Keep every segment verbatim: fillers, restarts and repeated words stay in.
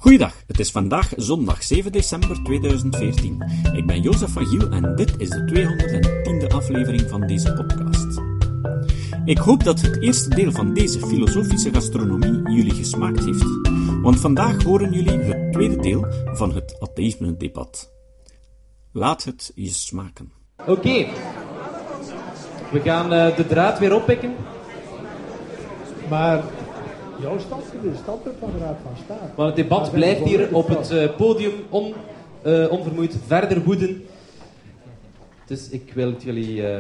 Goeiedag, het is vandaag zondag zeven december tweeduizend veertien. Ik ben Jozef van Giel en dit is de tweehonderdtiende aflevering van deze podcast. Ik hoop dat het eerste deel van deze filosofische gastronomie jullie gesmaakt heeft, want vandaag horen jullie het tweede deel van het atheïsme-debat. Laat het je smaken. Oké, okay. We gaan uh, de draad weer oppikken. Maar jouw standpunt is het standpunt van de Raad van State. Maar het debat blijft hier op het uh, podium on, uh, onvermoeid verder woeden. Dus ik wil het jullie uh, uh,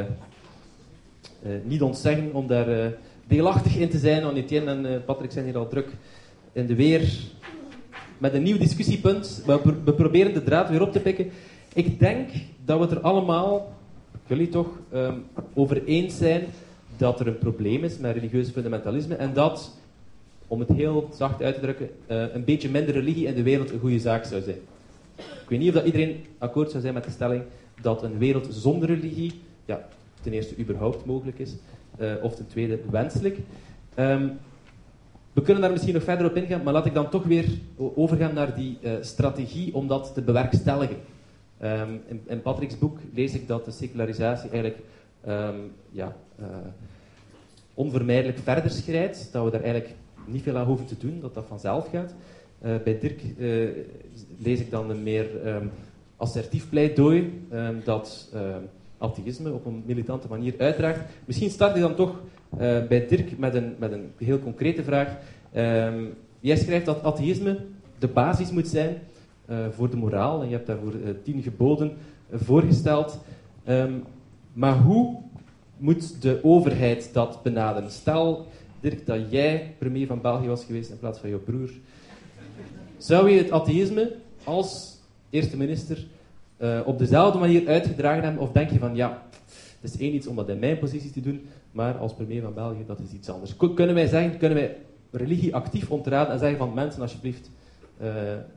niet ontzeggen om daar uh, deelachtig in te zijn. Want Etienne en uh, Patrick zijn hier al druk in de weer met een nieuw discussiepunt. We, we proberen de draad weer op te pikken. Ik denk dat we het er allemaal, jullie toch, um, over eens zijn dat er een probleem is met religieuze fundamentalisme en dat, om het heel zacht uit te drukken, uh, een beetje minder religie in de wereld een goede zaak zou zijn. Ik weet niet of dat iedereen akkoord zou zijn met de stelling dat een wereld zonder religie, ja, ten eerste überhaupt mogelijk is, uh, of ten tweede wenselijk. Um, we kunnen daar misschien nog verder op ingaan, maar laat ik dan toch weer overgaan naar die uh, strategie om dat te bewerkstelligen. Um, in, in Patrick's boek lees ik dat de secularisatie eigenlijk um, ja, uh, onvermijdelijk verder schrijdt, dat we daar eigenlijk niet veel aan hoeven te doen, dat dat vanzelf gaat. Uh, bij Dirk uh, lees ik dan een meer um, assertief pleidooi um, dat uh, atheïsme op een militante manier uitdraagt. Misschien start ik dan toch uh, bij Dirk met een, met een heel concrete vraag. Um, jij schrijft dat atheïsme de basis moet zijn uh, voor de moraal en je hebt daarvoor uh, tien geboden uh, voorgesteld. Um, maar hoe moet de overheid dat benaderen? Stel, Dirk, dat jij premier van België was geweest in plaats van jouw broer. Zou je het atheïsme als eerste minister uh, op dezelfde manier uitgedragen hebben? Of denk je van, ja, het is één iets om dat in mijn positie te doen, maar als premier van België, dat is iets anders. K- kunnen wij zeggen, kunnen wij religie actief ontraden en zeggen van, mensen, alsjeblieft, uh,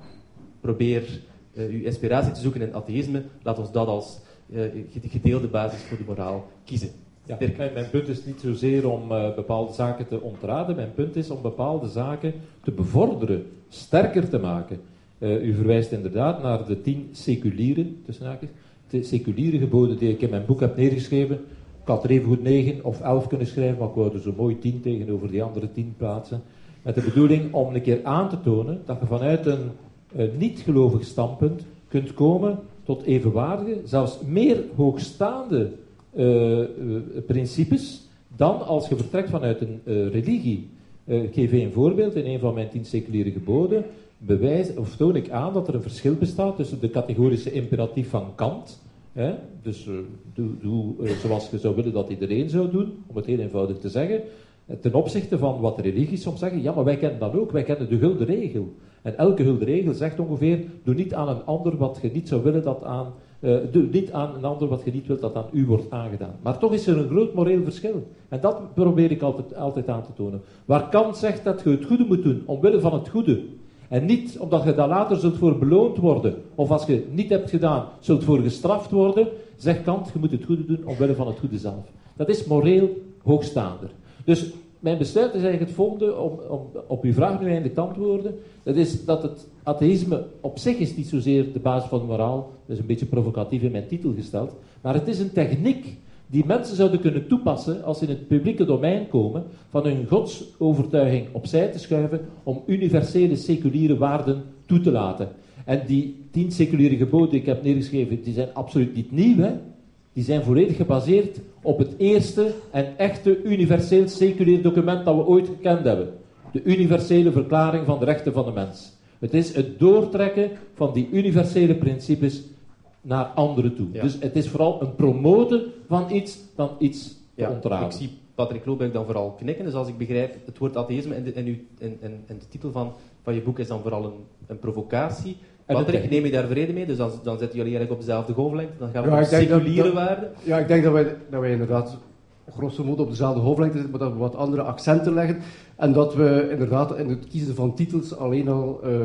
probeer uh, uw inspiratie te zoeken in atheïsme, laat ons dat als uh, gedeelde basis voor de moraal kiezen. Ja, mijn, mijn punt is niet zozeer om uh, bepaalde zaken te ontraden. Mijn punt is om bepaalde zaken te bevorderen, sterker te maken. Uh, u verwijst inderdaad naar de tien seculiere, tussen haakjes, de seculiere geboden die ik in mijn boek heb neergeschreven. Ik had er even goed negen of elf kunnen schrijven, maar ik wou er zo mooi tien tegenover die andere tien plaatsen. Met de bedoeling om een keer aan te tonen dat je vanuit een, een niet-gelovig standpunt kunt komen tot evenwaardige, zelfs meer hoogstaande Uh, uh, principes dan als je vertrekt vanuit een uh, religie. Uh, ik geef een voorbeeld. In een van mijn tien seculiere geboden bewijs, of toon ik aan dat er een verschil bestaat tussen de categorische imperatief van Kant, hè, dus uh, doe, doe uh, zoals je zou willen dat iedereen zou doen, om het heel eenvoudig te zeggen, uh, ten opzichte van wat religies soms zeggen, ja, maar wij kennen dat ook, wij kennen de gulden regel. En elke gulden regel zegt ongeveer, doe niet aan een ander wat je niet zou willen dat aan Uh, doe niet aan een ander wat je niet wilt dat aan u wordt aangedaan. Maar toch is er een groot moreel verschil. En dat probeer ik altijd, altijd aan te tonen. Waar Kant zegt dat je het goede moet doen, omwille van het goede. En niet omdat je daar later zult voor beloond worden. Of als je het niet hebt gedaan, zult voor gestraft worden. Zegt Kant, je moet het goede doen, omwille van het goede zelf. Dat is moreel hoogstaander. Dus mijn besluit is eigenlijk het volgende, om, om op uw vraag nu eindelijk te antwoorden. Dat is dat het atheïsme op zich is niet zozeer de basis van de moraal. Dat is een beetje provocatief in mijn titel gesteld. Maar het is een techniek die mensen zouden kunnen toepassen als ze in het publieke domein komen, van hun godsovertuiging opzij te schuiven om universele seculiere waarden toe te laten. En die tien seculiere geboden die ik heb neergeschreven, die zijn absoluut niet nieuw, hè? Die zijn volledig gebaseerd op het eerste en echte universeel seculier document dat we ooit gekend hebben. De universele verklaring van de rechten van de mens. Het is het doortrekken van die universele principes naar anderen toe. Ja. Dus het is vooral een promoten van iets dan iets ja, te ontraden. Ik zie Patrick Loobeck dan vooral knikken. Dus als ik begrijp, het woord atheïsme in de, in uw, in, in, in de titel van, van je boek is dan vooral een, een provocatie. Patrick, neem je daar vrede mee? Dus dan, dan zitten jullie eigenlijk op dezelfde golflengte. Dan gaan we ja, op seculiere waarden. Ja, ik denk dat wij, dat wij inderdaad grosso modo op dezelfde golflengte zitten, maar dat we wat andere accenten leggen. En dat we inderdaad in het kiezen van titels alleen al uh,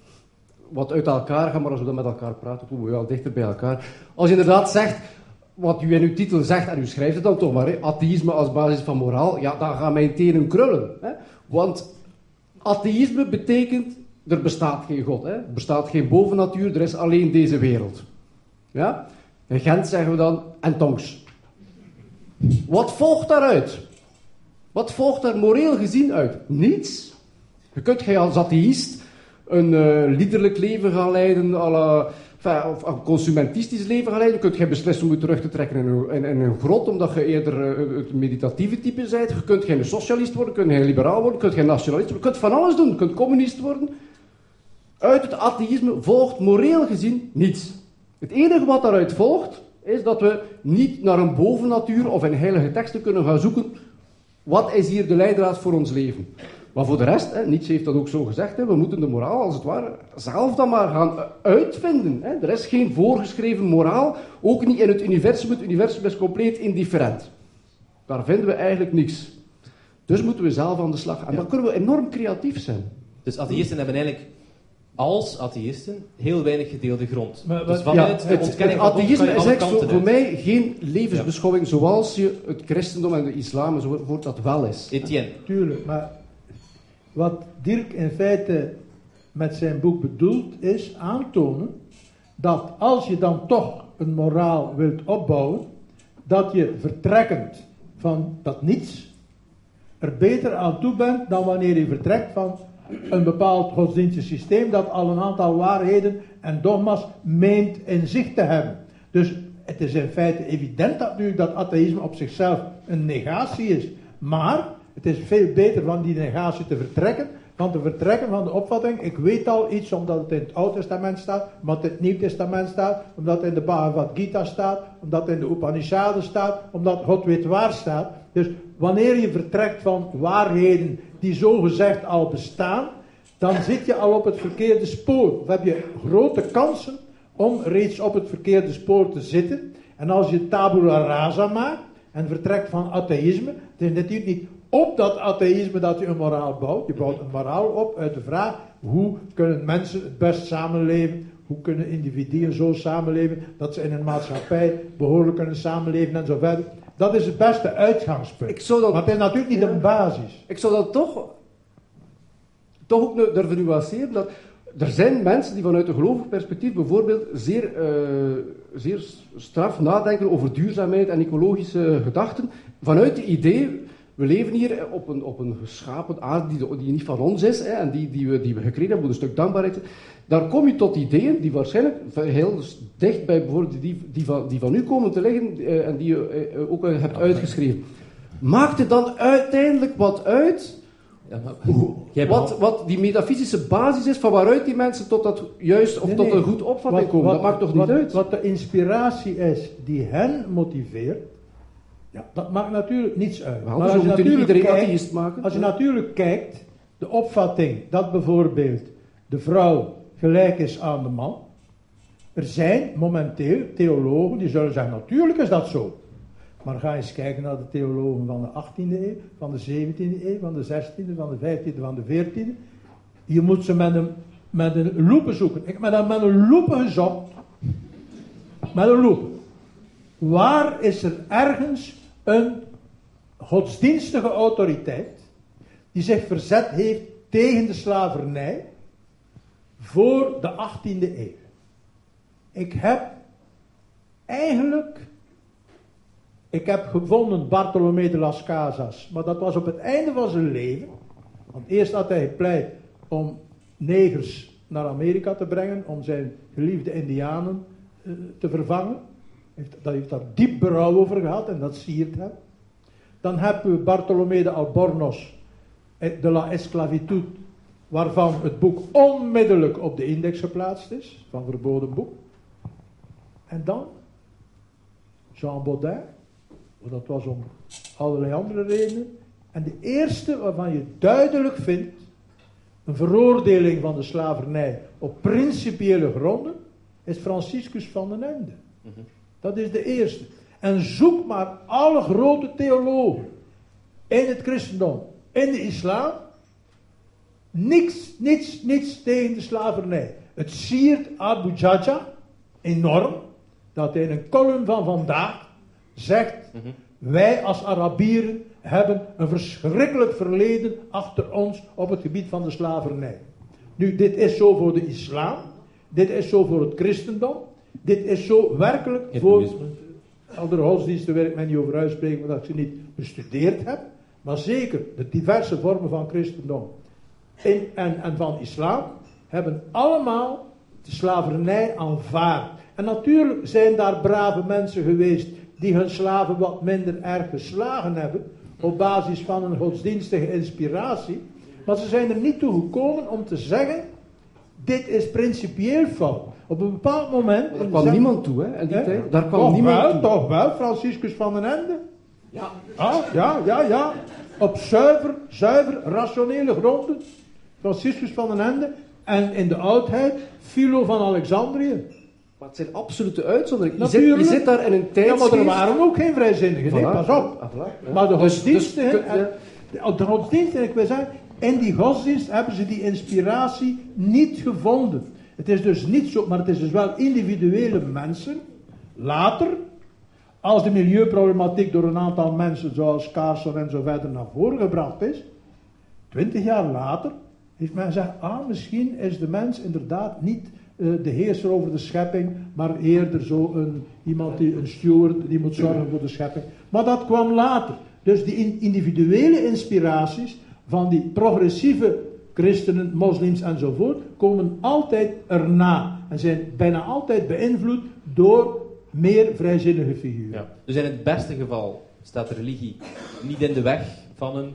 wat uit elkaar gaan. Maar als we dan met elkaar praten, komen we wel dichter bij elkaar. Als je inderdaad zegt, wat u in uw titel zegt, en u schrijft het dan toch maar, hè, atheïsme als basis van moraal, ja, dan gaan mijn tenen krullen. Hè? Want atheïsme betekent er bestaat geen God. Hè? Er bestaat geen bovennatuur, er is alleen deze wereld. Ja? In Gent zeggen we dan, en tongs. Wat volgt daaruit? Wat volgt daar moreel gezien uit? Niets. Je kunt gij als atheïst een uh, liederlijk leven gaan leiden, à la, enfin, of een consumentistisch leven gaan leiden. Je kunt gij beslissen om je terug te trekken in een, in, in een grot, omdat je eerder uh, het meditatieve type bent. Je kunt geen socialist worden, je kunt geen liberaal worden, je kunt geen nationalist worden. Je kunt van alles doen, je kunt communist worden. Uit het atheïsme volgt moreel gezien niets. Het enige wat daaruit volgt, is dat we niet naar een bovennatuur of in heilige teksten kunnen gaan zoeken. Wat is hier de leidraad voor ons leven? Maar voor de rest, hè, Nietzsche heeft dat ook zo gezegd, hè, we moeten de moraal als het ware zelf dan maar gaan uitvinden. Hè. Er is geen voorgeschreven moraal, ook niet in het universum. Het universum is compleet indifferent. Daar vinden we eigenlijk niks. Dus moeten we zelf aan de slag. En dan kunnen we enorm creatief zijn. Dus atheïsten hebben eigenlijk, als atheïsten, heel weinig gedeelde grond. Maar, dus ja, vanuit de het, het ontkenning van God atheïsme kan je is alle eigenlijk voor, kanten voor uit. mij geen levensbeschouwing zoals je het christendom en de islam enzovoort dat wel is. Etienne. Tuurlijk, maar wat Dirk in feite met zijn boek bedoelt, is aantonen dat als je dan toch een moraal wilt opbouwen, dat je vertrekkend van dat niets er beter aan toe bent dan wanneer je vertrekt van een bepaald godsdienstig systeem dat al een aantal waarheden en dogma's meent in zich te hebben. Dus het is in feite evident natuurlijk dat atheïsme op zichzelf een negatie is, maar het is veel beter van die negatie te vertrekken, van te vertrekken van de opvatting, ik weet al iets omdat het in het Oude Testament staat, omdat het in het Nieuw Testament staat, omdat het in de Bhagavad Gita staat, omdat het in de Upanishaden staat, omdat God weet waar staat. Dus wanneer je vertrekt van waarheden die zogezegd al bestaan, dan zit je al op het verkeerde spoor. Of heb je grote kansen om reeds op het verkeerde spoor te zitten. En als je tabula rasa maakt en vertrekt van atheïsme, het is natuurlijk niet op dat atheïsme dat je een moraal bouwt. Je bouwt een moraal op uit de vraag, hoe kunnen mensen het best samenleven? Hoe kunnen individuen zo samenleven dat ze in een maatschappij behoorlijk kunnen samenleven en zo verder. Dat is het beste uitgangspunt. Ik zou dat, maar het is natuurlijk niet ja, een basis. Ik zou dat toch, toch ook durven nuanceren. Dat er zijn mensen die vanuit een gelovig perspectief bijvoorbeeld zeer, uh, zeer straf nadenken over duurzaamheid en ecologische gedachten. Vanuit het idee, we leven hier op een, op een geschapen aarde die, die niet van ons is, hè, en die, die, we, die we gekregen hebben, een stuk dankbaarheid. Daar kom je tot ideeën die waarschijnlijk heel dicht bij bijvoorbeeld die, die, van, die van u komen te liggen uh, en die je uh, ook uh, hebt uitgeschreven. Maakt het dan uiteindelijk wat uit? Ja, maar, Hoe, wat, wat die metafysische basis is, van waaruit die mensen tot dat juist of Nee, tot nee. een goed opvatting Wat- komen, wat- dat maakt toch wat, niet uit? Wat de inspiratie is die hen motiveert, ja, dat maakt natuurlijk niets uit. Wel, Maar dus als we je moeten niet natuurlijk iedereen kijkt- atheïst maken. Als je natuurlijk kijkt, de opvatting dat bijvoorbeeld de vrouw gelijk is aan de man. Er zijn momenteel theologen die zullen zeggen, natuurlijk is dat zo. Maar ga eens kijken naar de theologen van de achttiende eeuw, van de zeventiende eeuw, van de zestiende, van de vijftiende, van de veertiende. Je moet ze met een, met een loepen zoeken. Ik heb met een loepen gezocht. Met een loep. Waar is er ergens een godsdienstige autoriteit die zich verzet heeft tegen de slavernij voor de achttiende eeuw? Ik heb eigenlijk, ik heb gevonden Bartolomé de las Casas, maar dat was op het einde van zijn leven. Want eerst had hij gepleit om negers naar Amerika te brengen, om zijn geliefde Indianen uh, te vervangen. Heeft, dat heeft daar diep berouw over gehad en dat siert hem. Dan hebben we Bartolomé de Albornoz, de la Esclavitude, waarvan het boek onmiddellijk op de index geplaatst is, van verboden boek. En dan Jean Baudin, dat was om allerlei andere redenen. En de eerste waarvan je duidelijk vindt een veroordeling van de slavernij op principiële gronden, is Franciscus van den Ende. Mm-hmm. Dat is de eerste. En zoek maar alle grote theologen in het christendom, in de islam, niks, niets, niets tegen de slavernij. Het siert Abu Jaja enorm, dat hij in een column van vandaag zegt, mm-hmm. wij als Arabieren hebben een verschrikkelijk verleden achter ons op het gebied van de slavernij. Nu, dit is zo voor de islam, dit is zo voor het christendom, dit is zo werkelijk voor andere godsdiensten, waar ik mij niet over uitspreken, omdat ik ze niet bestudeerd heb, maar zeker de diverse vormen van christendom in, en, en van islam hebben allemaal de slavernij aanvaard. En natuurlijk zijn daar brave mensen geweest die hun slaven wat minder erg geslagen hebben op basis van een godsdienstige inspiratie. Maar ze zijn er niet toe gekomen om te zeggen, dit is principieel fout. Op een bepaald moment... Daar kwam zeggen, niemand toe, hè, in die hè? tijd. Daar kwam toch niemand wel, toe. Toch wel, Franciscus van den Ende. Ja. Ah, ja, ja, ja. Op zuiver, zuiver, rationele gronden. Franciscus van den Ende. En in de oudheid, Philo van Alexandrië. Maar het zijn absolute uitzonderingen. Je, Natuurlijk. zit, je zit daar in een Ja, tijdsgeest... maar er waren ook geen vrijzinnigen, nee, Voilà. pas op. Ah, voilà, ja. Maar de Dus- godsdiensten, dus- en- de, de godsdiensten, ik wil zeggen, in die godsdienst hebben ze die inspiratie niet gevonden. Het is dus niet zo, maar het is dus wel individuele mensen, later, als de milieuproblematiek door een aantal mensen zoals Carson en zo verder naar voren gebracht is, twintig jaar later, heeft men gezegd, ah, misschien is de mens inderdaad niet uh, de heerser over de schepping, maar eerder zo een, iemand die, een steward, die moet zorgen voor de schepping. Maar dat kwam later. Dus die in, individuele inspiraties van die progressieve christenen, moslims enzovoort, komen altijd erna. En zijn bijna altijd beïnvloed door meer vrijzinnige figuren. Ja. Dus in het beste geval staat de religie niet in de weg van een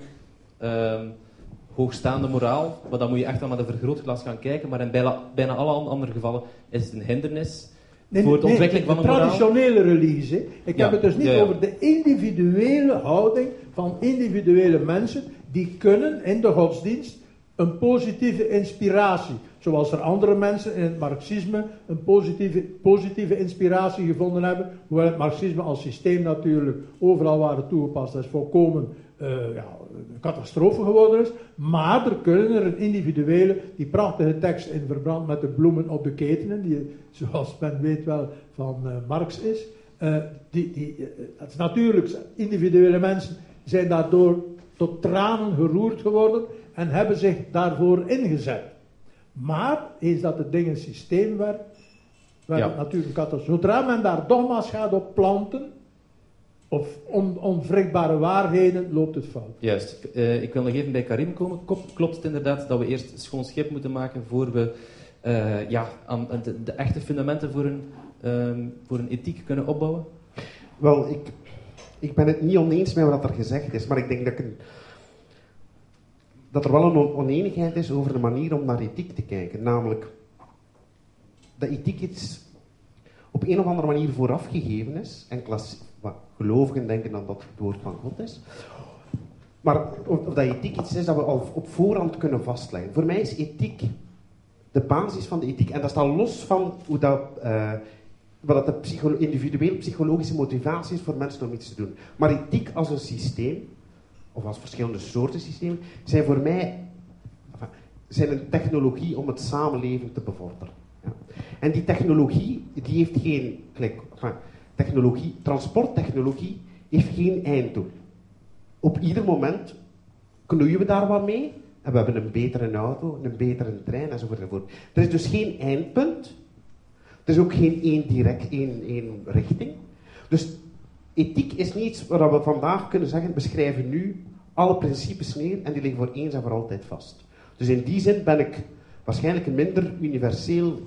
um, hoogstaande moraal, maar dan moet je echt wel met een vergrootglas gaan kijken, maar in bijna, bijna alle andere gevallen is het een hindernis Nee, voor de nee, ontwikkeling de van een moraal. traditionele religie. Ik Ja, heb het dus niet ja, ja. over de individuele houding van individuele mensen, die kunnen in de godsdienst een positieve inspiratie, zoals er andere mensen in het marxisme een positieve, positieve inspiratie gevonden hebben, hoewel het marxisme als systeem natuurlijk overal waar het toegepast is volkomen uh, ja, een catastrofe geworden is, maar er kunnen er een individuele, die prachtige tekst in verband met de bloemen op de ketenen, die zoals men weet wel van uh, Marx is, uh, die, die, uh, het is natuurlijk, individuele mensen zijn daardoor tot tranen geroerd geworden en hebben zich daarvoor ingezet. Maar, eens dat het ding een systeem werd, werd Ja. het natuurlijk een catastrofe. Zodra men daar dogma's gaat op planten, of on, onwrikbare waarheden, loopt het fout. Juist. Uh, ik wil nog even bij Karim komen. Kop- Klopt het inderdaad dat we eerst schoon schip moeten maken voor we uh, ja, aan de, de echte fundamenten voor een, um, voor een ethiek kunnen opbouwen? Wel, ik, ik ben het niet oneens met wat er gezegd is, maar ik denk dat, ik een, dat er wel een on- oneenigheid is over de manier om naar ethiek te kijken. Namelijk, dat ethiek iets op een of andere manier voorafgegeven is, en klas, wat, gelovigen denken dan dat het woord van God is, maar of, of dat ethiek iets is dat we al op voorhand kunnen vastleggen. Voor mij is ethiek de basis van de ethiek, en dat staat los van hoe dat... Uh, wat de psycholo- individuele psychologische motivatie is voor mensen om iets te doen. Maar ethiek als een systeem, of als verschillende soorten systemen, zijn voor mij enfin, zijn een technologie om het samenleven te bevorderen. Ja. En die technologie, die heeft geen, gelijk, enfin, technologie, transporttechnologie heeft geen einddoel. Op ieder moment knoeien we daar wat mee, en we hebben een betere auto, een betere trein, enzovoort, enzovoort. Er is dus geen eindpunt. Er is ook geen één direct, één, één richting. Dus ethiek is niet iets waar we vandaag kunnen zeggen, we schrijven nu alle principes neer en die liggen voor eens en voor altijd vast. Dus in die zin ben ik waarschijnlijk minder universeel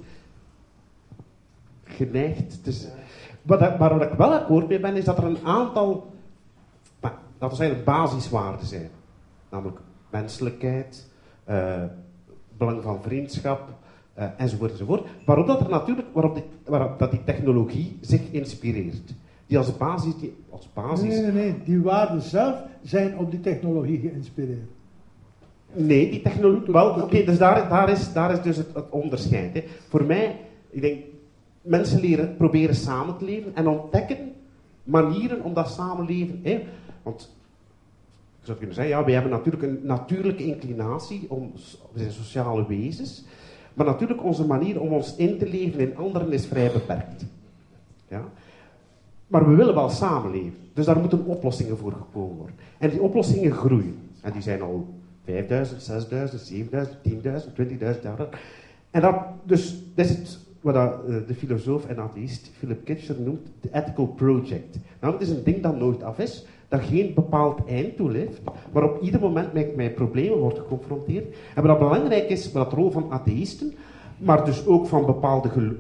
geneigd. Dus, wat, waar waar ik wel akkoord mee ben, is dat er een aantal, nou, dat we zeggen, basiswaarden zijn. Namelijk menselijkheid, uh, belang van vriendschap, Uh, enzovoort, enzovoort. Waarop dat er natuurlijk, waarop die, waarop dat die technologie zich inspireert. Die als basis, die als basis... Nee, nee, nee. Die waarden zelf zijn op die technologie geïnspireerd. Nee, die technologie... Wel, oké, okay, dus daar, daar, is, daar is dus het, het onderscheid. Hè. Voor mij, ik denk, mensen leren, proberen samen te leven en ontdekken manieren om dat samenleven... Hè. Want, ik zou kunnen zeggen, ja, wij hebben natuurlijk een natuurlijke inclinatie, om, we zijn sociale wezens... Maar natuurlijk, onze manier om ons in te leven in anderen is vrij beperkt. Ja? Maar we willen wel samenleven. Dus daar moeten oplossingen voor gekomen worden. En die oplossingen groeien. En die zijn al vijfduizend, zesduizend, zevenduizend, tienduizend, twintigduizend jaar. En dat, dus, dat is het, wat dat, uh, de filosoof en atheïst Philip Kitcher noemt de ethical project. Nou, het is een ding dat nooit af is, dat geen bepaald einddoel heeft, maar op ieder moment met, met problemen wordt geconfronteerd. En wat belangrijk is, wat de rol van atheïsten, maar dus ook van bepaalde gelo-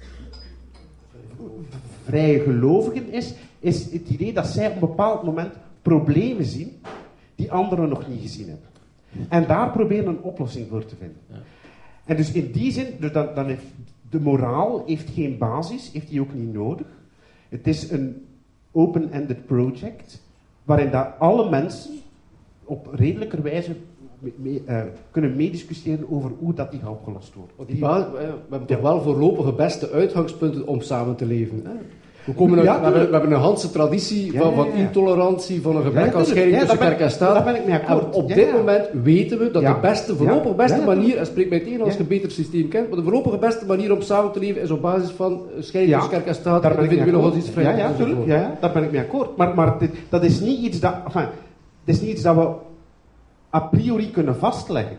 vrije gelovigen is, is het idee dat zij op een bepaald moment problemen zien die anderen nog niet gezien hebben. En daar proberen een oplossing voor te vinden. Ja. En dus in die zin, dus dan, dan heeft de moraal heeft geen basis, heeft die ook niet nodig. Het is een open-ended project, waarin dat alle mensen op redelijker wijze mee, mee, uh, kunnen meediscussiëren over hoe dat die gaat opgelost worden. Die basis, we hebben toch wel voorlopige beste uitgangspunten om samen te leven. Hè? We, komen uit, ja, we, hebben, we hebben een Hanse traditie van, ja, ja, ja. van intolerantie, van een gebrek aan scheiding tussen kerk en staat. Daar ben ik mee akkoord. En op ja, dit ja. moment weten we dat ja. de beste, voorlopig beste ja, ja, manier, en spreek mij tegen als je een beter systeem kent, maar de voorlopige beste manier om samen te leven is op basis van scheiding tussen kerk en staat, daar ben ik mee akkoord. Ja, ja, natuurlijk. Ja, ja, daar ben ik mee akkoord. Maar, maar dit, dat is niet iets dat, enfin, dat is niet iets dat we a priori kunnen vastleggen.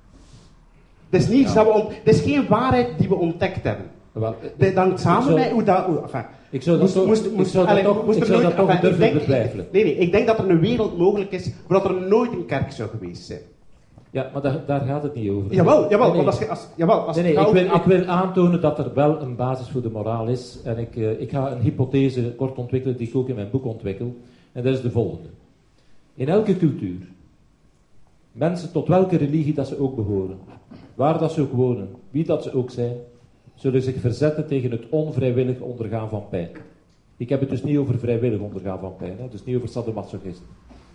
Dat is, niet iets ja. dat we ont, dat is geen waarheid die we ontdekt hebben. Wel, dat hangt samen zou, met hoe dat... Hoe, enfin, ik zou dat toch, moest, moest, ik zou dat toch, moest ik zou nooit, dat toch durven denk, betwijfelen. Nee, nee, ik denk dat er een wereld mogelijk is waar er nooit een kerk zou geweest zijn. Ja, maar daar, daar gaat het niet over. Jawel, jawel. Nee, nee. Want als, als, jawel als nee, nee, ik, wil, ik wil aantonen dat er wel een basis voor de moraal is. En ik, uh, ik ga een hypothese kort ontwikkelen die ik ook in mijn boek ontwikkel. En dat is de volgende. In elke cultuur, mensen tot welke religie dat ze ook behoren, waar dat ze ook wonen, wie dat ze ook zijn, zullen zich verzetten tegen het onvrijwillig ondergaan van pijn. Ik heb het dus niet over vrijwillig ondergaan van pijn, hè, dus niet over sadomasochisme.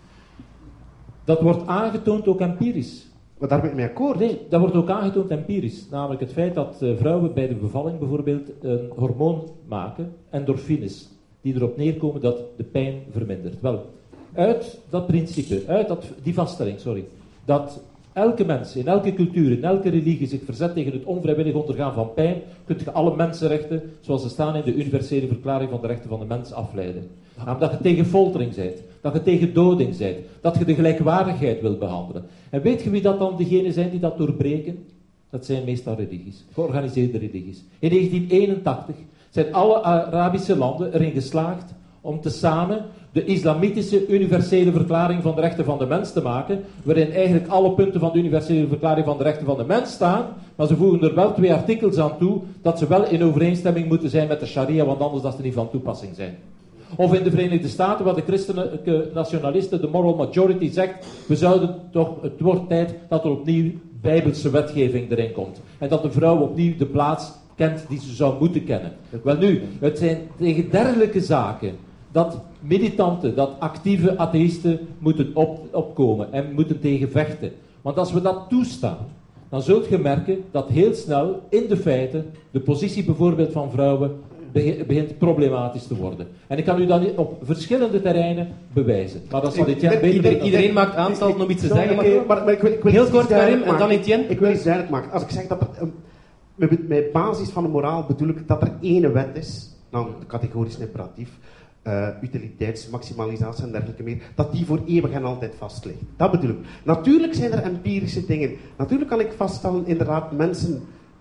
Dat wordt aangetoond ook empirisch. Maar daar ben ik mee akkoord. Nee, dat wordt ook aangetoond empirisch. Namelijk het feit dat uh, vrouwen bij de bevalling bijvoorbeeld een hormoon maken, endorfines, die erop neerkomen dat de pijn vermindert. Wel, uit dat principe, uit dat, die vaststelling, sorry, dat elke mens, in elke cultuur, in elke religie zich verzet tegen het onvrijwillig ondergaan van pijn, kunt je alle mensenrechten, zoals ze staan in de universele verklaring van de rechten van de mens, afleiden. Namelijk dat je tegen foltering bent, dat je tegen doding bent, dat je de gelijkwaardigheid wilt behandelen. En weet je wie dat dan degenen zijn die dat doorbreken? Dat zijn meestal religies, georganiseerde religies. In negentien eenentachtig zijn alle Arabische landen erin geslaagd om tezamen de islamitische universele verklaring van de rechten van de mens te maken, waarin eigenlijk alle punten van de universele verklaring van de rechten van de mens staan, maar ze voegen er wel twee artikels aan toe, dat ze wel in overeenstemming moeten zijn met de sharia, want anders dat ze niet van toepassing zijn. Of in de Verenigde Staten, waar de christelijke nationalisten, de moral majority, zegt, we zouden toch, het wordt tijd dat er opnieuw bijbelse wetgeving erin komt. En dat de vrouw opnieuw de plaats kent die ze zou moeten kennen. Wel nu, het zijn tegen dergelijke zaken dat militanten, dat actieve atheïsten moeten op, opkomen en moeten tegen vechten. Want als we dat toestaan, dan zult je merken dat heel snel in de feiten de positie bijvoorbeeld van vrouwen begint problematisch te worden. En ik kan u dat op verschillende terreinen bewijzen. Maar dat zal Etienne beter... Iedereen, iedereen maakt aanstalten om iets te zeggen. Maar, maar, maar ik wil, ik wil heel kort, Karim, en dan Etienne. Ik wil iets duidelijk maken. Als ik zeg dat er... Um, met, met basis van de moraal bedoel ik dat er één wet is, namelijk de categorisch imperatief, uh, utiliteitsmaximalisatie en dergelijke meer, dat die voor eeuwig en altijd vast ligt. Dat bedoel ik. Natuurlijk zijn er empirische dingen. Natuurlijk kan ik vaststellen, inderdaad, mensen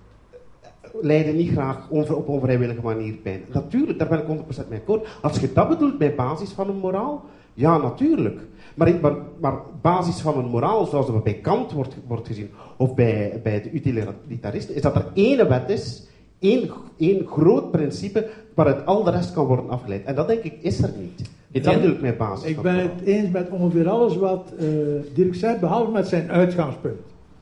lijden niet graag onver, op onvrijwillige manier pijn. Natuurlijk, daar ben ik honderd procent mee akkoord. Als je dat bedoelt bij basis van een moraal, ja, natuurlijk. Maar, maar, maar basis van een moraal, zoals dat bij Kant wordt, wordt gezien, of bij, bij de utilitaristen, is dat er één wet is, één, één groot principe, waaruit al de rest kan worden afgeleid. En dat denk ik, is er niet. Dat bedoel ik met basis Ik van ben moraal. het eens met ongeveer alles wat uh, Dirk zei, behalve met zijn uitgangspunt.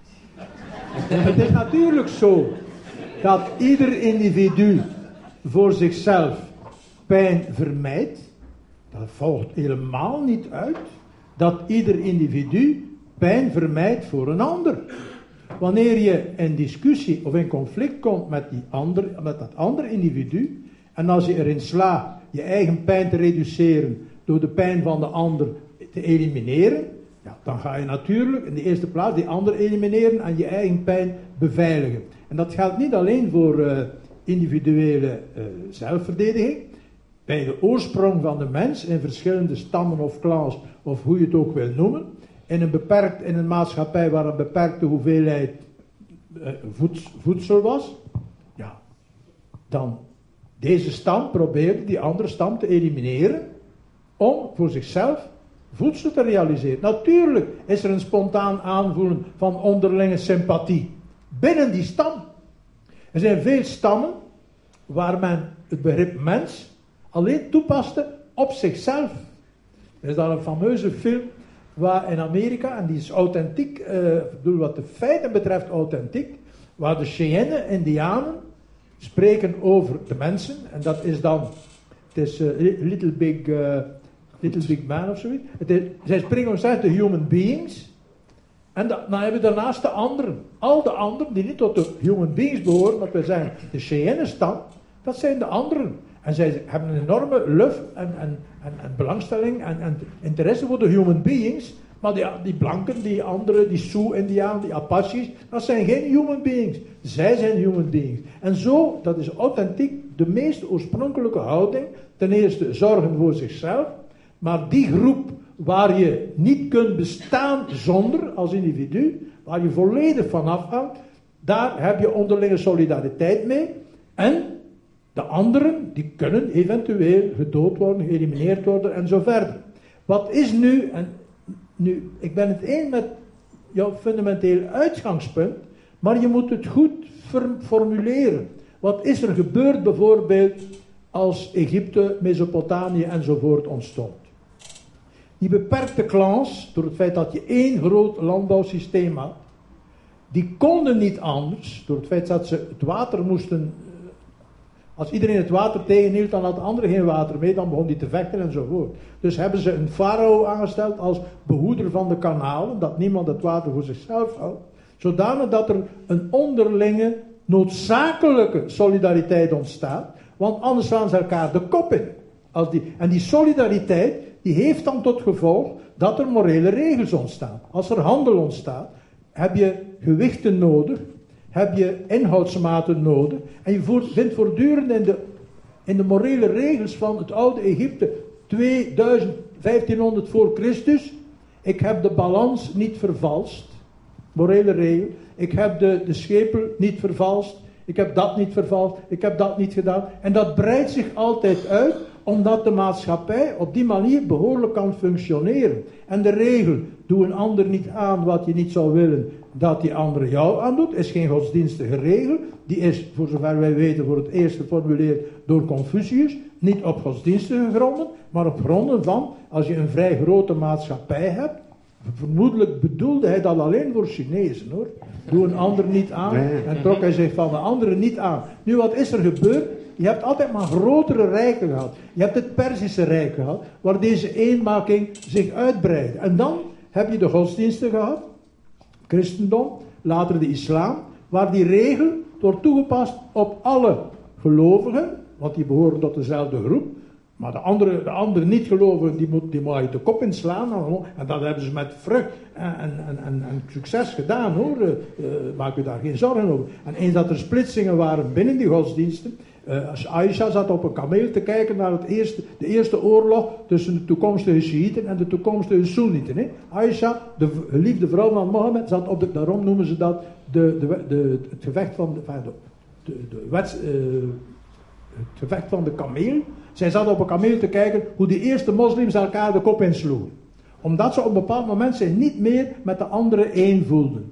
Het is natuurlijk zo dat ieder individu voor zichzelf pijn vermijdt. Dat volgt helemaal niet uit dat ieder individu pijn vermijdt voor een ander. Wanneer je in discussie of in conflict komt met, die ander, met dat andere individu, en als je erin slaagt je eigen pijn te reduceren door de pijn van de ander te elimineren, ja, dan ga je natuurlijk in de eerste plaats die ander elimineren en je eigen pijn beveiligen. En dat geldt niet alleen voor uh, individuele uh, zelfverdediging. Bij de oorsprong van de mens, in verschillende stammen of clans, of hoe je het ook wil noemen, in een, beperkt, in een maatschappij waar een beperkte hoeveelheid uh, voeds, voedsel was, ja, dan deze stam probeerde die andere stam te elimineren om voor zichzelf voedsel te realiseren. Natuurlijk is er een spontaan aanvoelen van onderlinge sympathie binnen die stam. Er zijn veel stammen waar men het begrip mens alleen toepaste op zichzelf. Er is daar een fameuze film waar in Amerika, en die is authentiek, uh, ik bedoel wat de feiten betreft authentiek, waar de Cheyenne-Indianen spreken over de mensen, en dat is dan, het is uh, Little Big, uh, Little Big Man of zoiets. Het is, zij spreken ons uit de human beings, en da, dan hebben we daarnaast de anderen. Al de anderen die niet tot de human beings behoren, wat wij zeggen, de Cheyenne-stam, dat zijn de anderen. En zij hebben een enorme luf en, en, en, en belangstelling en, en interesse voor de human beings. Maar die, die blanken, die anderen, die Sioux-Indianen, die Apaches, dat zijn geen human beings. Zij zijn human beings. En zo, dat is authentiek de meest oorspronkelijke houding. Ten eerste zorgen voor zichzelf. Maar die groep waar je niet kunt bestaan zonder als individu, waar je volledig van afhangt, daar heb je onderlinge solidariteit mee. En de anderen, die kunnen eventueel gedood worden, geëlimineerd worden en zo verder. Wat is nu, en nu, ik ben het eens met jouw fundamenteel uitgangspunt, maar je moet het goed formuleren. Wat is er gebeurd bijvoorbeeld als Egypte, Mesopotamië enzovoort ontstond? Die beperkte clans, door het feit dat je één groot landbouwsysteem had, die konden niet anders, door het feit dat ze het water moesten. Als iedereen het water tegenhield, dan had de andere geen water mee, dan begon die te vechten enzovoort. Dus hebben ze een farao aangesteld als behoeder van de kanalen, dat niemand het water voor zichzelf houdt. Zodanig dat er een onderlinge, noodzakelijke solidariteit ontstaat, want anders slaan ze elkaar de kop in. Als die, en die solidariteit, die heeft dan tot gevolg dat er morele regels ontstaan. Als er handel ontstaat, heb je gewichten nodig, heb je inhoudsmaten nodig. En je vindt voortdurend in de, in de morele regels van het oude Egypte, tweeduizend, vijftienhonderd voor Christus, ik heb de balans niet vervalst. Morele regel. Ik heb de, de schepel niet vervalst. Ik heb dat niet vervalst. Ik heb dat niet gedaan. En dat breidt zich altijd uit, omdat de maatschappij op die manier behoorlijk kan functioneren. En de regel, doe een ander niet aan wat je niet zou willen dat die andere jou aandoet, is geen godsdienstige regel. Die is, voor zover wij weten, voor het eerst geformuleerd door Confucius. Niet op godsdienstige gronden, maar op gronden van, als je een vrij grote maatschappij hebt, vermoedelijk bedoelde hij dat alleen voor Chinezen, hoor. Doe een ander niet aan, en trok hij zich van de anderen niet aan. Nu, wat is er gebeurd? Je hebt altijd maar grotere rijken gehad. Je hebt het Perzische Rijk gehad, waar deze eenmaking zich uitbreidde. En dan heb je de godsdiensten gehad, christendom, later de islam, waar die regel wordt toegepast op alle gelovigen, want die behoren tot dezelfde groep. Maar de andere, de andere niet-gelovigen, die moet, die moet je de kop inslaan. En dat hebben ze met vrucht en, en, en, en succes gedaan, hoor. Uh, maak je daar geen zorgen over. En eens dat er splitsingen waren binnen die godsdiensten. Uh, als Aisha zat op een kameel te kijken naar het eerste, de eerste oorlog tussen de toekomstige Shiiten en de toekomstige Soenieten. Hè. Aisha, de geliefde vrouw van Mohammed, zat op de, daarom noemen ze dat de, de, de, het gevecht van de, de, de, de wets, uh, het gevecht van de kameel. Zij zat op een kameel te kijken hoe de eerste moslims elkaar de kop insloegen. Omdat ze op een bepaald moment zich niet meer met de anderen één voelden.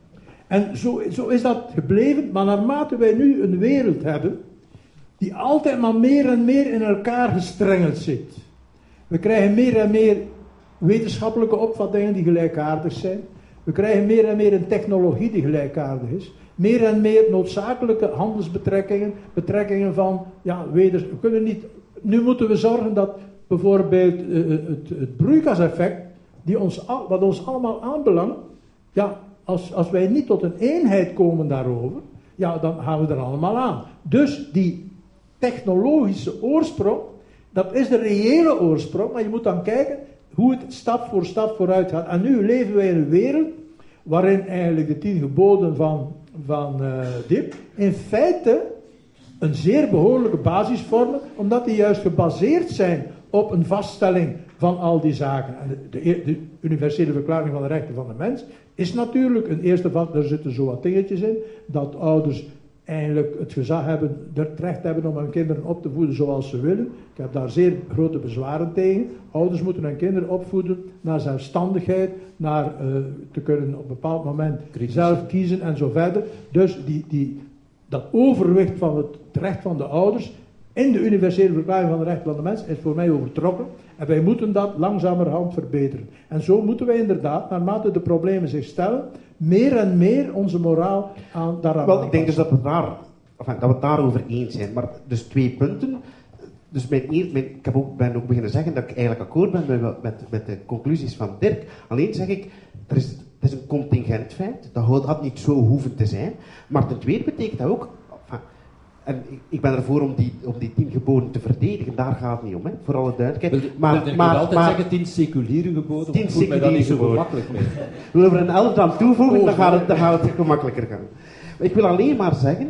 En zo, zo is dat gebleven, maar naarmate wij nu een wereld hebben die altijd maar meer en meer in elkaar gestrengeld zit. We krijgen meer en meer wetenschappelijke opvattingen die gelijkaardig zijn. We krijgen meer en meer een technologie die gelijkaardig is. Meer en meer noodzakelijke handelsbetrekkingen, betrekkingen van, ja, weders, we kunnen niet, nu moeten we zorgen dat bijvoorbeeld uh, het, het broeikaseffect, die ons, wat ons allemaal aanbelangt, ja, als, als wij niet tot een eenheid komen daarover, ja, dan gaan we er allemaal aan. Dus die technologische oorsprong, dat is de reële oorsprong, maar je moet dan kijken hoe het stap voor stap vooruit gaat. En nu leven wij in een wereld waarin eigenlijk de tien geboden van, van uh, Dip in feite een zeer behoorlijke basis vormen, omdat die juist gebaseerd zijn op een vaststelling van al die zaken. En de, de, de, universele verklaring van de rechten van de mens, is natuurlijk een eerste vak, daar zitten zo wat dingetjes in, dat ouders eigenlijk het gezag hebben, het recht hebben om hun kinderen op te voeden zoals ze willen. Ik heb daar zeer grote bezwaren tegen. Ouders moeten hun kinderen opvoeden naar zelfstandigheid, naar uh, te kunnen op een bepaald moment Kritisch. zelf kiezen en zo verder. Dus die, die, dat overwicht van het recht van de ouders in de universele verklaring van de rechten van de mens is voor mij overtrokken. En wij moeten dat langzamerhand verbeteren. En zo moeten wij inderdaad, naarmate de problemen zich stellen, meer en meer onze moraal aan, daaraan Wel, ik denk dus dat we, daar, enfin, dat we het daarover eens zijn. Maar dus twee punten. Dus mijn, mijn, ik heb ook, ben ook beginnen zeggen dat ik eigenlijk akkoord ben met, met, met de conclusies van Dirk. Alleen zeg ik, er is, het is een contingent feit. Dat had niet zo hoeven te zijn. Maar ten tweede betekent dat ook... Enfin, en ik, ik ben ervoor om die, om die tien geboden te verdedigen. Daar gaat het niet om, hè, voor alle duidelijkheid. Maar, maar, ik wil altijd maar, zeggen tien seculiere geboden. Tien seculiere mij dat niet zo gemakkelijk mee. Willen we er een elf aan toevoegen, oh, dan, gaat het, dan gaat het gemakkelijker gaan. Ik wil alleen maar zeggen...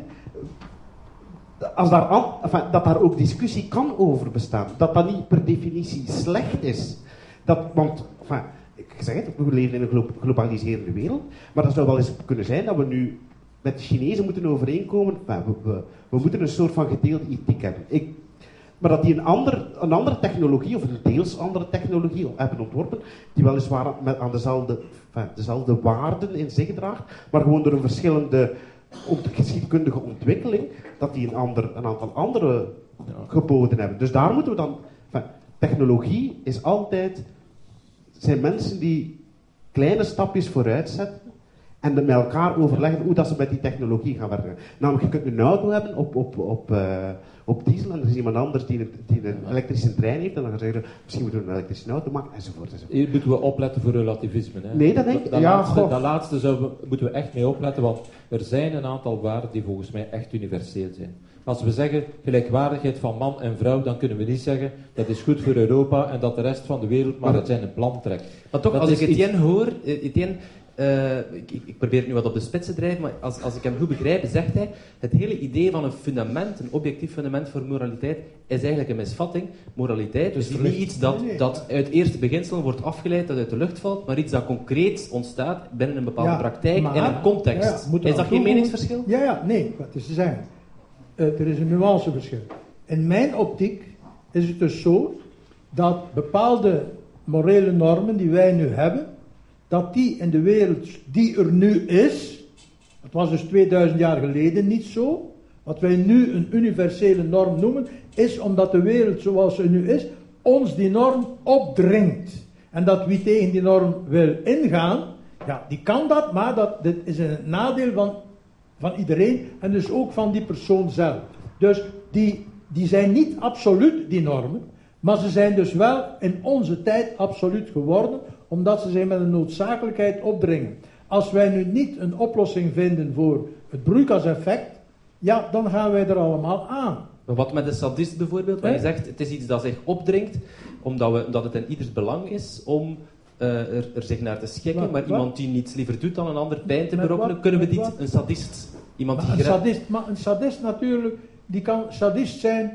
Als daar al, enfin, dat daar ook discussie kan over bestaan. Dat dat niet per definitie slecht is. Dat, want, enfin, ik zeg het, we leven in een globaliserende wereld. Maar dat zou wel eens kunnen zijn dat we nu met de Chinezen moeten overeenkomen. Enfin, we, we, we moeten een soort van gedeelde ethiek hebben. Ik, maar dat die een, ander, een andere technologie, of een deels andere technologie hebben ontworpen, die weliswaar met, aan dezelfde, enfin, dezelfde waarden in zich draagt, maar gewoon door een verschillende geschiedkundige ontwikkeling, dat die een, ander, een aantal andere geboden hebben. Dus daar moeten we dan... Enfin, technologie is altijd... zijn mensen die kleine stapjes vooruit zetten en met elkaar overleggen hoe dat ze met die technologie gaan werken. Namelijk, je kunt een auto hebben op, op, op, uh, op diesel en er is iemand anders die een, die een elektrische trein heeft en dan gaan ze zeggen, misschien moeten we een elektrische auto maken, enzovoort. enzovoort. Hier moeten we opletten voor relativisme. Hè? Nee, dat denk ik. Dat, ja, laatste, dat laatste zouden we, moeten we echt mee opletten, want er zijn een aantal waarden die volgens mij echt universeel zijn. Als we zeggen gelijkwaardigheid van man en vrouw, dan kunnen we niet zeggen dat is goed voor Europa en dat de rest van de wereld maar het zijn een plan trekt. Maar toch, dat als ik Etienne iets... hoor, Etienne, uh, ik, ik probeer het nu wat op de spits te drijven, maar als, als ik hem goed begrijp, zegt hij, het hele idee van een fundament, een objectief fundament voor moraliteit, is eigenlijk een misvatting. Moraliteit is dus niet iets dat, dat uit eerste beginselen wordt afgeleid, dat uit de lucht valt, maar iets dat concreet ontstaat binnen een bepaalde ja, praktijk, maar, in een context. Ja, ja, is dat geen meningsverschil? Ja, ja, nee, wat is te zeggen. Uh, er is een nuanceverschil. In mijn optiek is het dus zo dat bepaalde morele normen die wij nu hebben, dat die in de wereld die er nu is, dat was dus tweeduizend jaar geleden niet zo, wat wij nu een universele norm noemen, is omdat de wereld zoals ze nu is, ons die norm opdringt. En dat wie tegen die norm wil ingaan, ja, die kan dat, maar dat, dit is een nadeel van Van iedereen en dus ook van die persoon zelf. Dus die, die zijn niet absoluut, die normen, maar ze zijn dus wel in onze tijd absoluut geworden, omdat ze zich met een noodzakelijkheid opdringen. Als wij nu niet een oplossing vinden voor het broeikaseffect, ja, dan gaan wij er allemaal aan. Maar wat met de sadist bijvoorbeeld, waar je zegt, het is iets dat zich opdringt, omdat, we, omdat het in ieders belang is om Uh, er, er zich naar te schikken, wat, maar wat? Iemand die niets liever doet dan een ander pijn te berokkenen, kunnen we dit een sadist? Iemand maar die een, sadist, maar een sadist natuurlijk, die kan sadist zijn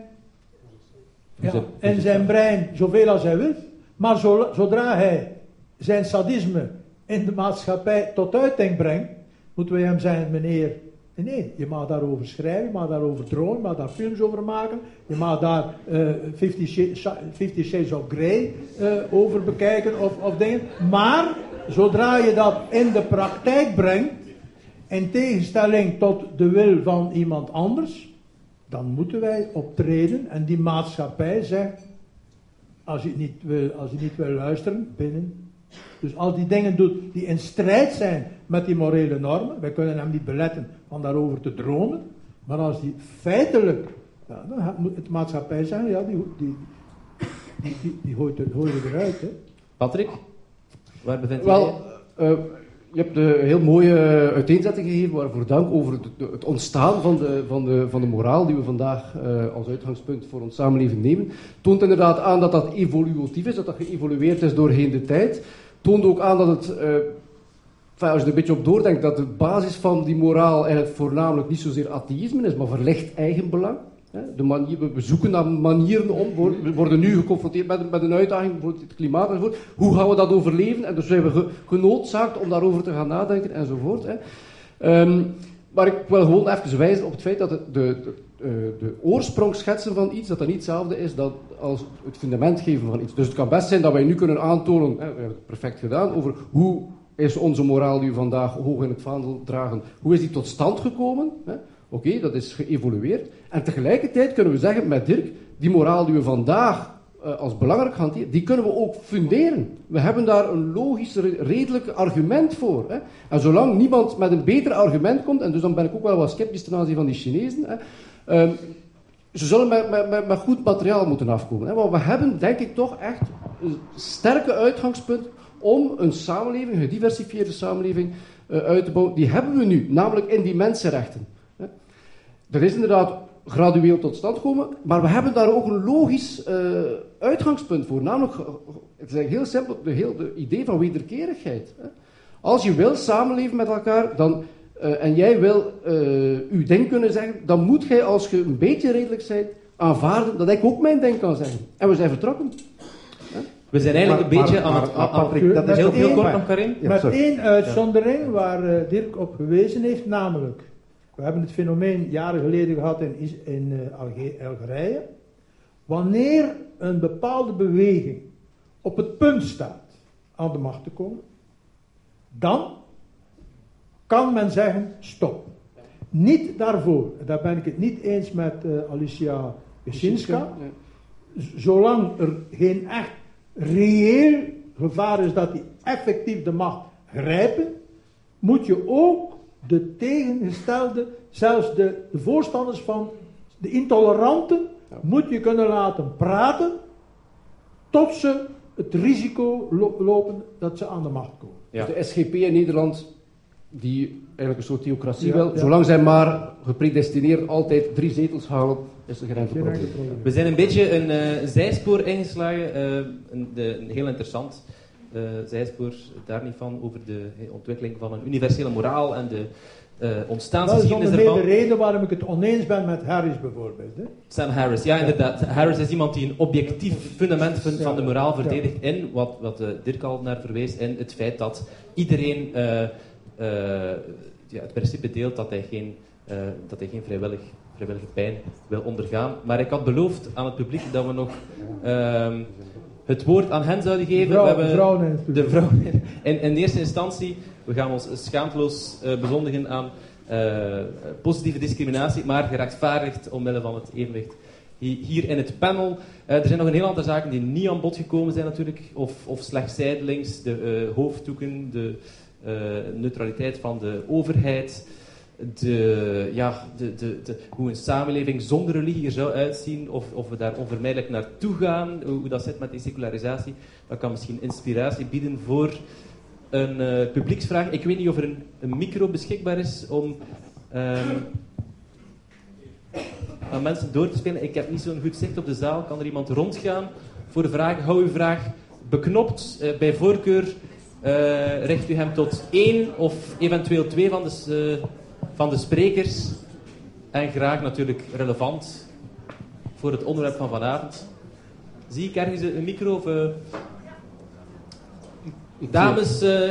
ja, in zijn brein zoveel als hij wil, maar zo, zodra hij zijn sadisme in de maatschappij tot uiting brengt, moeten wij hem zeggen, meneer, nee, je mag daarover schrijven, je mag daarover dromen, je mag daar films over maken, je mag daar uh, Fifty Shades of Grey uh, over bekijken of, of dingen. Maar, zodra je dat in de praktijk brengt, in tegenstelling tot de wil van iemand anders, dan moeten wij optreden en die maatschappij zegt, als je niet wil, als je niet wil luisteren, binnen. Dus als die dingen doet die in strijd zijn met die morele normen, wij kunnen hem niet beletten om daarover te dromen, maar als die feitelijk, ja, dan moet het maatschappij zeggen, ja, die, die, die, die, die gooit, er, gooit er eruit. Hè. Patrick, waar bevindt je Wel, uh, je hebt een heel mooie uiteenzetting gegeven, waarvoor dank, over het, het ontstaan van de, van, de, van de moraal die we vandaag uh, als uitgangspunt voor ons samenleving nemen. Toont inderdaad aan dat dat evolutief is, dat dat geëvolueerd is doorheen de tijd. Toont ook aan dat het, uh, enfin, als je er een beetje op doordenkt, dat de basis van die moraal eigenlijk voornamelijk niet zozeer atheïsme is, maar verlicht eigenbelang. Hè. De manier, we zoeken naar manieren om, we worden nu geconfronteerd met, met een uitdaging, bijvoorbeeld het klimaat enzovoort. Hoe gaan we dat overleven? En dus zijn we ge, genoodzaakt om daarover te gaan nadenken enzovoort. Hè. Um, maar ik wil gewoon even wijzen op het feit dat de, de, de, de oorsprongschetsen van iets, dat dat niet hetzelfde is dan als het fundament geven van iets. Dus het kan best zijn dat wij nu kunnen aantonen, hè, we hebben het perfect gedaan, over hoe is onze moraal die we vandaag hoog in het vaandel dragen, hoe is die tot stand gekomen? Hè? Oké, okay, dat is geëvolueerd. En tegelijkertijd kunnen we zeggen met Dirk, die moraal die we vandaag uh, als belangrijk hanteren, die kunnen we ook funderen. We hebben daar een logisch, redelijk argument voor. Hè? En zolang niemand met een beter argument komt, en dus dan ben ik ook wel wat sceptisch ten aanzien van die Chinezen, hè, um, ze zullen met, met, met, met goed materiaal moeten afkomen. Hè? Want we hebben, denk ik, toch echt een sterke uitgangspunt om een samenleving, een gediversifieerde samenleving uh, uit te bouwen. Die hebben we nu, namelijk in die mensenrechten. Hè? Er is inderdaad gradueel tot stand gekomen, maar we hebben daar ook een logisch uh, uitgangspunt voor. Namelijk, het is eigenlijk heel simpel, de hele idee van wederkerigheid. Hè? Als je wil samenleven met elkaar, dan, uh, en jij wil uh, uw ding kunnen zeggen, dan moet jij, als je een beetje redelijk bent, aanvaarden dat ik ook mijn ding kan zeggen. En we zijn vertrokken. Hè? We zijn eigenlijk Maar- een beetje maar- aan het... maar- aan- Patrick, dat is heel, ook heel één- kort maar- nog, Karin. Ja, Met sorry. één uitzondering waar uh, Dirk op gewezen heeft, namelijk, we hebben het fenomeen jaren geleden gehad in, Is- in uh, Alge- Algerije. Wanneer een bepaalde beweging op het punt staat aan de macht te komen, dan kan men zeggen stop. Niet daarvoor, daar ben ik het niet eens met uh, Alicia Wyszynska. Z- Zolang er geen echt reëel gevaar is dat die effectief de macht grijpen, moet je ook de tegengestelde, zelfs de, de voorstanders van de intoleranten, Ja. moet je kunnen laten praten tot ze het risico lo- lopen dat ze aan de macht komen. Ja. Dus de S G P in Nederland, die eigenlijk een soort theocratie Ja, wil, ja. zolang zij maar gepredestineerd altijd drie zetels halen, is er geen enkel Geen probleem. enkel probleem. We zijn een beetje een uh, zijspoor ingeslagen, uh, een, de, een heel interessant uh, zijspoor, daar niet van, over de uh, ontwikkeling van een universele moraal en de uh, Dat is ontstaansgeschiedenis onder meer de ervan. reden waarom ik het oneens ben met Harris bijvoorbeeld. Hè. Sam Harris, ja inderdaad. Harris is iemand die een objectief fundament van, van de moraal verdedigt in, wat, wat uh, Dirk al naar verwees, in het feit dat iedereen uh, uh, ja, het principe deelt dat hij geen, uh, dat hij geen vrijwillig, vrijwillige pijn wil ondergaan. Maar ik had beloofd aan het publiek dat we nog uh, het woord aan hen zouden geven. Vrouw, we hebben vrouwen in het publiek. de vrouwen in, in, in eerste instantie, we gaan ons schaamteloos uh, bezondigen aan uh, positieve discriminatie, maar gerechtvaardigd omwille van het evenwicht hier in het panel. Uh, er zijn nog een heel aantal zaken die niet aan bod gekomen zijn natuurlijk, of, of slechts zijdelings, de uh, hoofddoeken, de uh, neutraliteit van de overheid, de, ja, de, de, de, hoe een samenleving zonder religie er zou uitzien, of, of we daar onvermijdelijk naartoe gaan, hoe, hoe dat zit met die secularisatie. Dat kan misschien inspiratie bieden voor een uh, publieksvraag. Ik weet niet of er een, een micro beschikbaar is om um, aan mensen door te spelen. Ik heb niet zo'n goed zicht op de zaal. Kan er iemand rondgaan voor de vraag? Hou uw vraag beknopt. Uh, bij voorkeur uh, richt u hem tot één of eventueel twee van de, uh, van de sprekers. En graag natuurlijk relevant voor het onderwerp van vanavond. Zie ik ergens een micro of... Uh, dames, uh,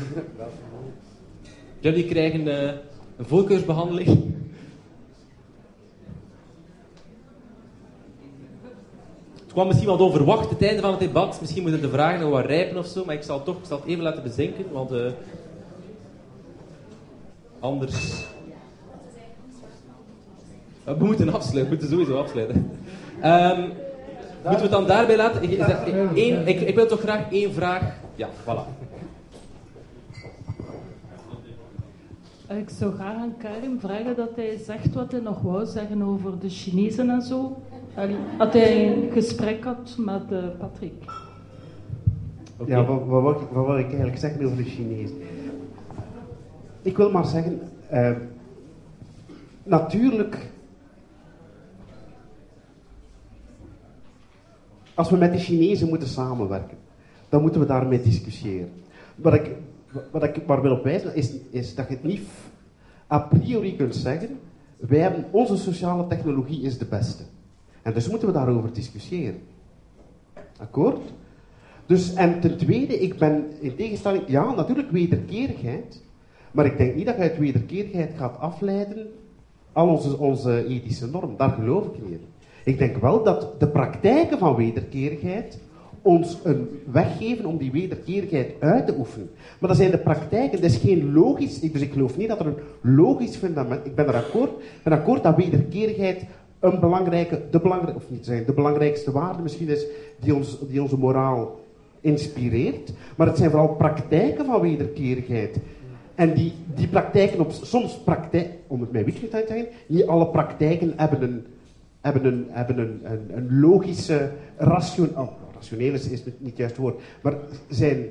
jullie krijgen uh, een voorkeursbehandeling. Het kwam misschien wat onverwacht, het einde van het debat. Misschien moeten de vragen nog wat rijpen of zo, maar ik zal, toch, ik zal het even laten bezinken, want uh, anders... Uh, we moeten afsluiten, we moeten sowieso afsluiten. Um, moeten we het dan daarbij laten? Ik, is dat één, ik, ik wil toch graag één vraag... Ja, voilà. Ik zou graag aan Karim vragen dat hij zegt wat hij nog wou zeggen over de Chinezen en zo. Allee, dat hij een gesprek had met uh, Patrick. Okay. Ja, wat, wat, wat, wat wil ik eigenlijk zeggen over de Chinezen? Ik wil maar zeggen, uh, natuurlijk, als we met de Chinezen moeten samenwerken, dan moeten we daarmee discussiëren. Wat ik, wat ik maar wil op wijzen is, is dat je het niet a priori kunt zeggen, wij hebben, onze sociale technologie is de beste. En dus moeten we daarover discussiëren. Akkoord? Dus, en ten tweede, ik ben in tegenstelling, ja, natuurlijk wederkerigheid, maar ik denk niet dat je uit wederkerigheid gaat afleiden al onze, onze ethische norm. Daar geloof ik niet in. Ik denk wel dat de praktijken van wederkerigheid ons een weg geven om die wederkerigheid uit te oefenen. Maar dat zijn de praktijken, dat is geen logisch, dus ik geloof niet dat er een logisch fundament, ik ben er akkoord, ik ben akkoord dat wederkerigheid een belangrijke, de belangrijke, of niet zijn, de belangrijkste waarde misschien is die, ons, die onze moraal inspireert, maar het zijn vooral praktijken van wederkerigheid. En die, die praktijken, op, soms praktijk, om het mij wittig te zeggen, niet alle praktijken hebben een, hebben een, hebben een, een, een logische, ration, oh, rationeel is, is niet het juiste woord, maar zijn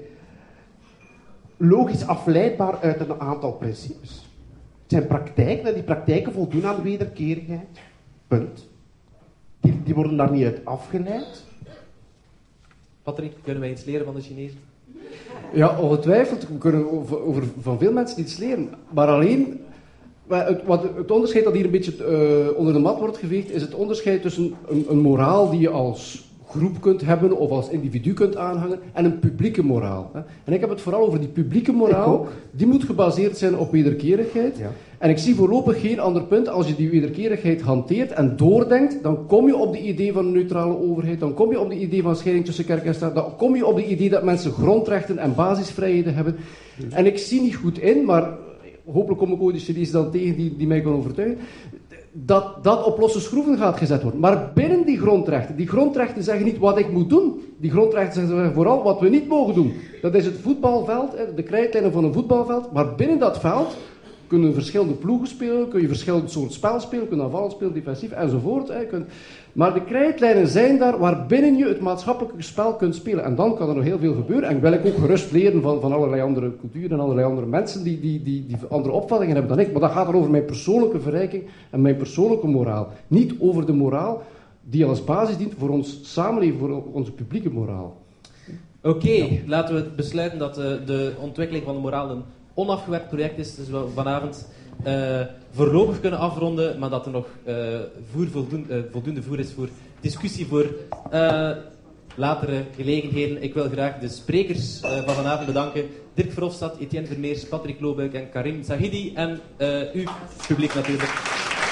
logisch afleidbaar uit een aantal principes. Het zijn praktijken en die praktijken voldoen aan wederkerigheid. Punt. Die, die worden daar niet uit afgeleid. Patrick, kunnen wij iets leren van de Chinezen? Ja, ongetwijfeld. We kunnen over, over van veel mensen iets leren. Maar alleen, het, wat, het onderscheid dat hier een beetje uh, onder de mat wordt geveegd, is het onderscheid tussen een, een moraal die je als groep kunt hebben of als individu kunt aanhangen en een publieke moraal. Hè. En ik heb het vooral over die publieke moraal. Die moet gebaseerd zijn op wederkerigheid. Ja. En ik zie voorlopig geen ander punt. Als je die wederkerigheid hanteert en doordenkt, dan kom je op de idee van een neutrale overheid, dan kom je op de idee van scheiding tussen kerk en staat, dan kom je op de idee dat mensen grondrechten en basisvrijheden hebben. En ik zie niet goed in, maar hopelijk kom ik ooit de Chinezen dan tegen die, die mij kan overtuigen, dat dat op losse schroeven gaat gezet worden. Maar binnen die grondrechten, die grondrechten zeggen niet wat ik moet doen. Die grondrechten zeggen vooral wat we niet mogen doen. Dat is het voetbalveld, de krijtlijnen van een voetbalveld. Maar binnen dat veld kunnen verschillende ploegen spelen, kun je verschillende soorten spel spelen, kun je aanvallend spelen, defensief enzovoort. Maar de krijtlijnen zijn daar waarbinnen je het maatschappelijke spel kunt spelen. En dan kan er nog heel veel gebeuren. En wil ik ook gerust leren van, van allerlei andere culturen en allerlei andere mensen die, die, die, die andere opvattingen hebben dan ik. Maar dat gaat er over mijn persoonlijke verrijking en mijn persoonlijke moraal. Niet over de moraal die als basis dient voor ons samenleven, voor onze publieke moraal. Oké, okay, ja. Laten we besluiten dat uh, de ontwikkeling van de moraal een onafgewerkt project is. Dus we vanavond uh, voorlopig kunnen afronden, maar dat er nog uh, voer voldoende, uh, voldoende voer is voor discussie voor uh, latere gelegenheden. Ik wil graag de sprekers uh, van vanavond bedanken. Dirk Verhofstadt, Etienne Vermeers, Patrick Loobuik en Karim Zahidi. En uh, u, publiek natuurlijk.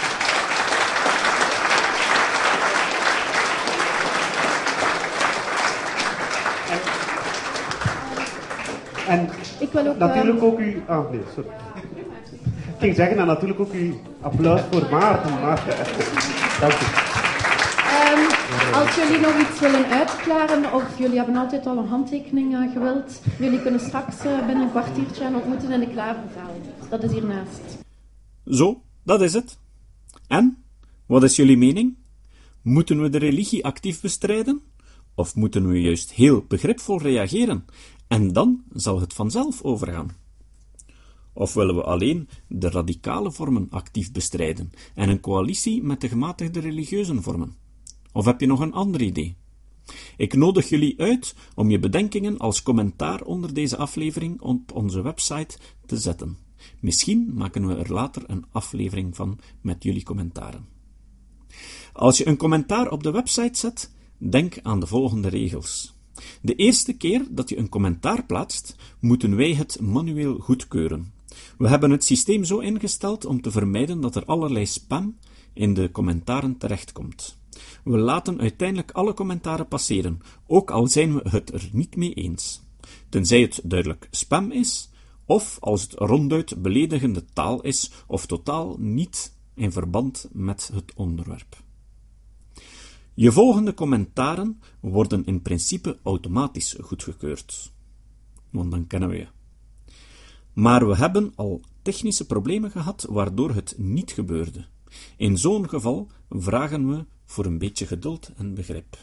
En ik wil ook, natuurlijk uh... ook u... Ah, nee, sorry. Ik ging zeggen, en natuurlijk ook uw applaus voor Maarten. Maar... Dank u. Um, als jullie nog iets willen uitklaren, of jullie hebben altijd al een handtekening uh, gewild, jullie kunnen straks uh, binnen een kwartiertje aan ontmoeten in de Klaverzaal. Dat is hiernaast. Zo, dat is het. En? Wat is jullie mening? Moeten we de religie actief bestrijden? Of moeten we juist heel begripvol reageren? En dan zal het vanzelf overgaan. Of willen we alleen de radicale vormen actief bestrijden en een coalitie met de gematigde religieuzen vormen? Of heb je nog een ander idee? Ik nodig jullie uit om je bedenkingen als commentaar onder deze aflevering op onze website te zetten. Misschien maken we er later een aflevering van met jullie commentaren. Als je een commentaar op de website zet, denk aan de volgende regels. De eerste keer dat je een commentaar plaatst, moeten wij het manueel goedkeuren. We hebben het systeem zo ingesteld om te vermijden dat er allerlei spam in de commentaren terechtkomt. We laten uiteindelijk alle commentaren passeren, ook al zijn we het er niet mee eens. Tenzij het duidelijk spam is, of als het ronduit beledigende taal is, of totaal niet in verband met het onderwerp. Je volgende commentaren worden in principe automatisch goedgekeurd, want dan kennen we je. Maar we hebben al technische problemen gehad waardoor het niet gebeurde. In zo'n geval vragen we voor een beetje geduld en begrip.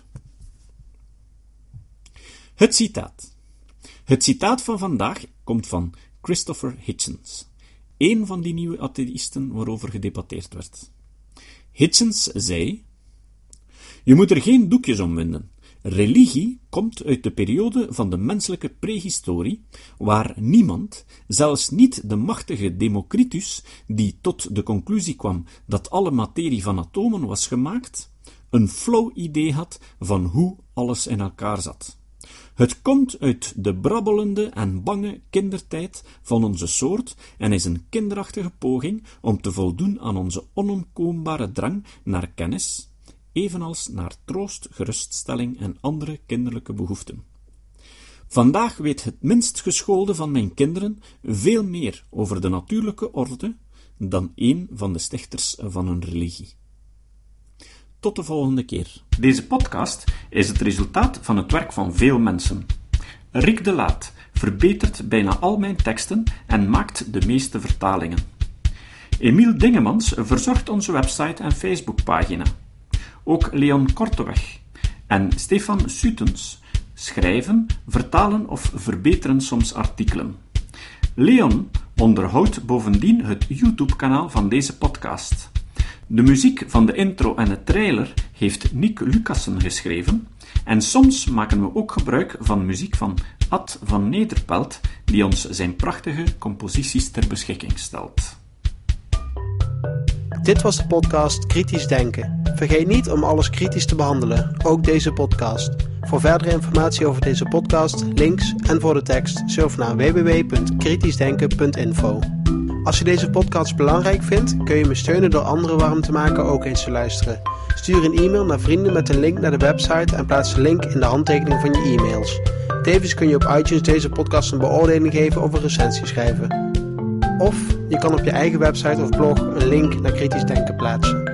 Het citaat. Het citaat van vandaag komt van Christopher Hitchens, één van die nieuwe atheïsten waarover gedebatteerd werd. Hitchens zei: je moet er geen doekjes om winden. Religie komt uit de periode van de menselijke prehistorie, waar niemand, zelfs niet de machtige Democritus, die tot de conclusie kwam dat alle materie van atomen was gemaakt, een flauw idee had van hoe alles in elkaar zat. Het komt uit de brabbelende en bange kindertijd van onze soort en is een kinderachtige poging om te voldoen aan onze onomkoombare drang naar kennis, evenals naar troost, geruststelling en andere kinderlijke behoeften. Vandaag weet het minst geschoolde van mijn kinderen veel meer over de natuurlijke orde dan één van de stichters van een religie. Tot de volgende keer. Deze podcast is het resultaat van het werk van veel mensen. Rick de Laat verbetert bijna al mijn teksten en maakt de meeste vertalingen. Emiel Dingemans verzorgt onze website en Facebookpagina. Ook Leon Korteweg en Stefan Sutens schrijven, vertalen of verbeteren soms artikelen. Leon onderhoudt bovendien het YouTube-kanaal van deze podcast. De muziek van de intro en de trailer heeft Nick Lucassen geschreven en soms maken we ook gebruik van muziek van Ad van Nederpelt, die ons zijn prachtige composities ter beschikking stelt. Dit was de podcast Kritisch Denken. Vergeet niet om alles kritisch te behandelen, ook deze podcast. Voor verdere informatie over deze podcast, links en voor de tekst, surf naar w w w punt kritisch denken punt info. Als je deze podcast belangrijk vindt, kun je me steunen door anderen warm te maken ook eens te luisteren. Stuur een e-mail naar vrienden met een link naar de website en plaats de link in de handtekening van je e-mails. Tevens kun je op iTunes deze podcast een beoordeling geven of een recensie schrijven. Of je kan op je eigen website of blog een link naar Kritisch Denken plaatsen.